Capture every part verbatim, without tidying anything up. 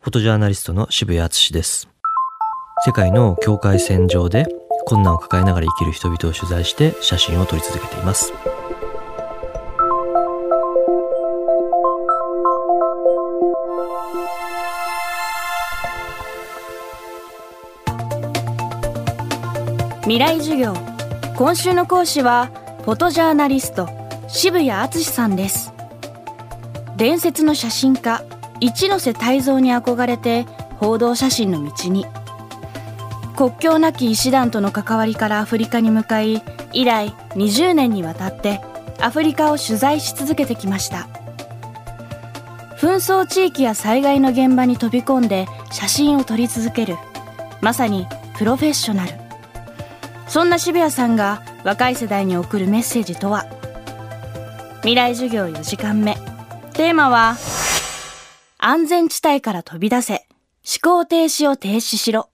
フォトジャーナリストの渋谷敦です。世界の境界線上で困難を抱えながら生きる人々を取材して写真を撮り続けています。 未来授業、今週の講師はフォトジャーナリスト渋谷敦さんです。伝説の写真家一ノ瀬泰造に憧れて報道写真の道に、国境なき医師団との関わりからアフリカに向かい、以来にじゅうねんにわたってアフリカを取材し続けてきました。紛争地域や災害の現場に飛び込んで写真を撮り続ける、まさにプロフェッショナル。そんな渋谷さんが若い世代に送るメッセージとは。未来授業よじかんめ、テーマは安全地帯から飛び出せ、思考停止を停止しろ。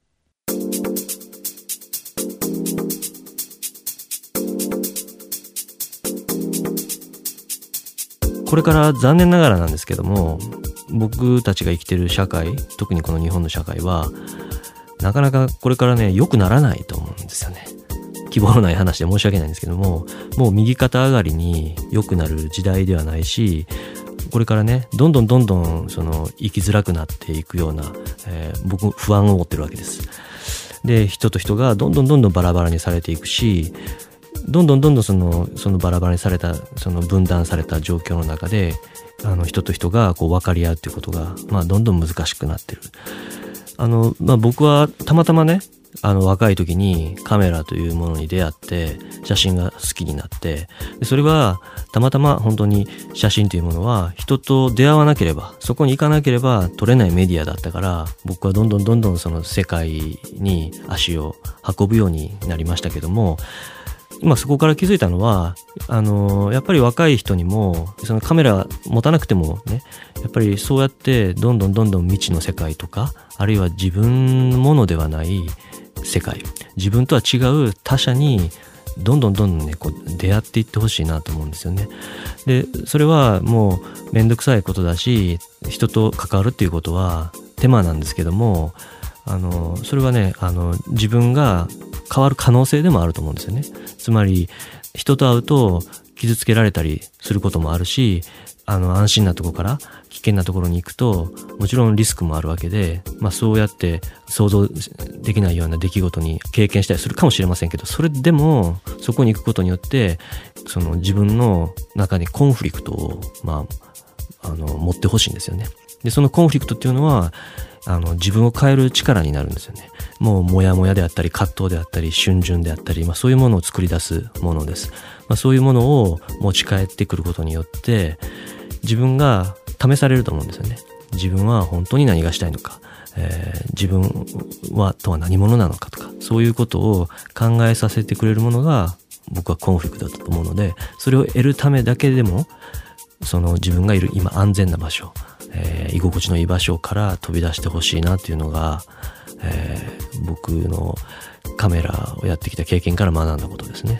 これから残念ながらなんですけども、僕たちが生きてる社会、特にこの日本の社会はなかなかこれからね良くならないと思うんですよね。希望のない話で申し訳ないんですけども、もう右肩上がりに良くなる時代ではないし、これからねどんどんどんどんその生きづらくなっていくような、えー、僕不安を持ってるわけです。で、人と人がどんどんどんどんバラバラにされていくし、どんどんどんどんそのそのバラバラにされた、その分断された状況の中で、あの人と人がこう分かり合うっていうことが、まあ、どんどん難しくなってる。あの、まあ、僕はたまたまね、あの若い時にカメラというものに出会って写真が好きになって、でそれはたまたま本当に写真というものは人と出会わなければ、そこに行かなければ撮れないメディアだったから、僕はどんどんどんどんその世界に足を運ぶようになりましたけども、今そこから気づいたのは、あのやっぱり若い人にもそのカメラ持たなくてもね、やっぱりそうやってどんどんどんどん未知の世界とか、あるいは自分のものではない世界、自分とは違う他者にどんどんどんどんねこう出会っていってほしいなと思うんですよね。でそれはもうめんどくさいことだし、人と関わるっていうことは手間なんですけども、あのそれはね、あの自分が変わる可能性でもあると思うんですよね。つまり人と会うと傷つけられたりすることもあるし、あの安心なところから危険なところに行くともちろんリスクもあるわけで、まあ、そうやって想像できないような出来事に経験したりするかもしれませんけど、それでもそこに行くことによってその自分の中にコンフリクトを、まあ、あの持ってほしいんですよね。でそのコンフリクトっていうのはあの自分を変える力になるんですよね。もうモヤモヤであったり葛藤であったり逡巡であったり、まあ、そういうものを作り出すものです。まあ、そういうものを持ち帰ってくることによって自分が試されると思うんですよね。自分は本当に何がしたいのか、えー、自分はとは何者なのかとか、そういうことを考えさせてくれるものが僕はコンフリクトだと思うので、それを得るためだけでもその自分がいる今安全な場所、えー、居心地のいい場所から飛び出してほしいなっていうのが、えー、僕のカメラをやってきた経験から学んだことですね。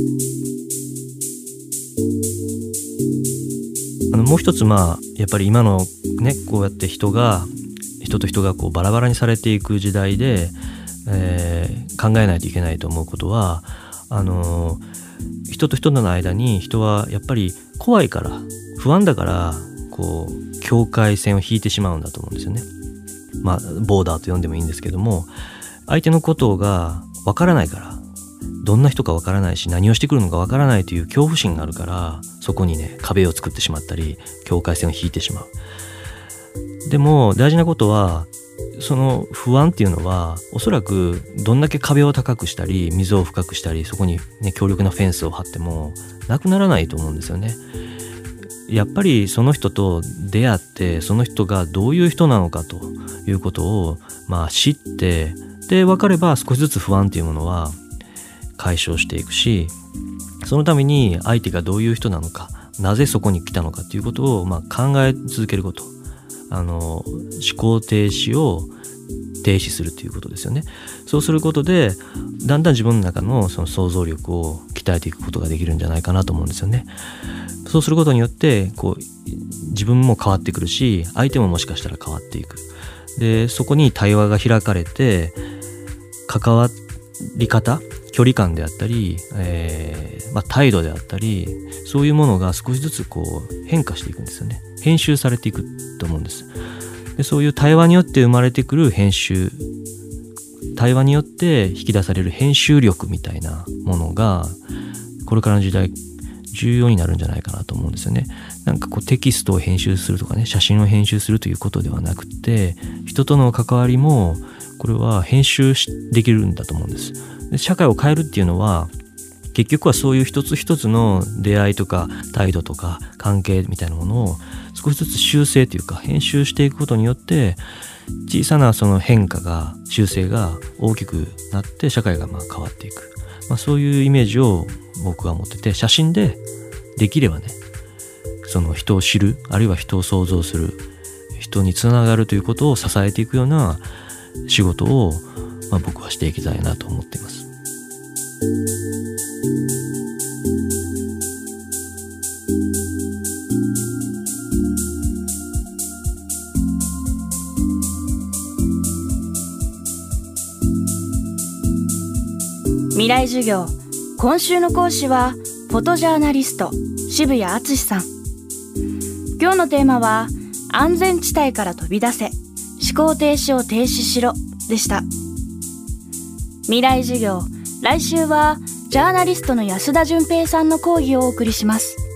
あのもう一つ、まあやっぱり今のね、こうやって人が人と人がこうバラバラにされていく時代で、えー、考えないといけないと思うことは、あの人と人との間に人はやっぱり怖いから不安だからこう境界線を引いてしまうんだと思うんですよね。まあボーダーと呼んでもいいんですけども、相手のことがわからないから、どんな人かわからないし何をしてくるのかわからないという恐怖心があるから、そこにね壁を作ってしまったり境界線を引いてしまう。でも大事なことは、その不安っていうのはおそらくどんだけ壁を高くしたり溝を深くしたり、そこにね強力なフェンスを張ってもなくならないと思うんですよね。やっぱりその人と出会って、その人がどういう人なのかということをまあ知って、で分かれば少しずつ不安っていうものは解消していくし、そのために相手がどういう人なのか、なぜそこに来たのかっていうことをまあ考え続けること、あの思考停止を停止するということですよね。そうすることでだんだん自分の中のその想像力を鍛えていくことができるんじゃないかなと思うんですよね。そうすることによってこう自分も変わってくるし、相手ももしかしたら変わっていく。 でそこに対話が開かれて、関わり方、距離感であったり、えーまあ、態度であったり、そういうものが少しずつこう変化していくんですよね。編集されていくと思うんです。でそういう対話によって生まれてくる編集、対話によって引き出される編集力みたいなものがこれからの時代重要になるんじゃないかなと思うんですよね。なんかこうテキストを編集するとかね、写真を編集するということではなくて、人との関わりもこれは編集できるんだと思うんです。で社会を変えるっていうのは結局はそういう一つ一つの出会いとか態度とか関係みたいなものを少しずつ修正というか編集していくことによって、小さなその変化が修正が大きくなって社会がまあ変わっていく、まあ、そういうイメージを僕は持ってて、写真でできればね、その人を知る、あるいは人を想像する、人につながるということを支えていくような仕事を、まあ、僕はしていきたいなと思っています。 未来授業、今週の講師はフォトジャーナリスト渋谷敦さん。今日のテーマは安全地帯から飛び出せ、思考停止を停止しろでした。未来授業、来週はジャーナリストの安田純平さんの講義をお送りします。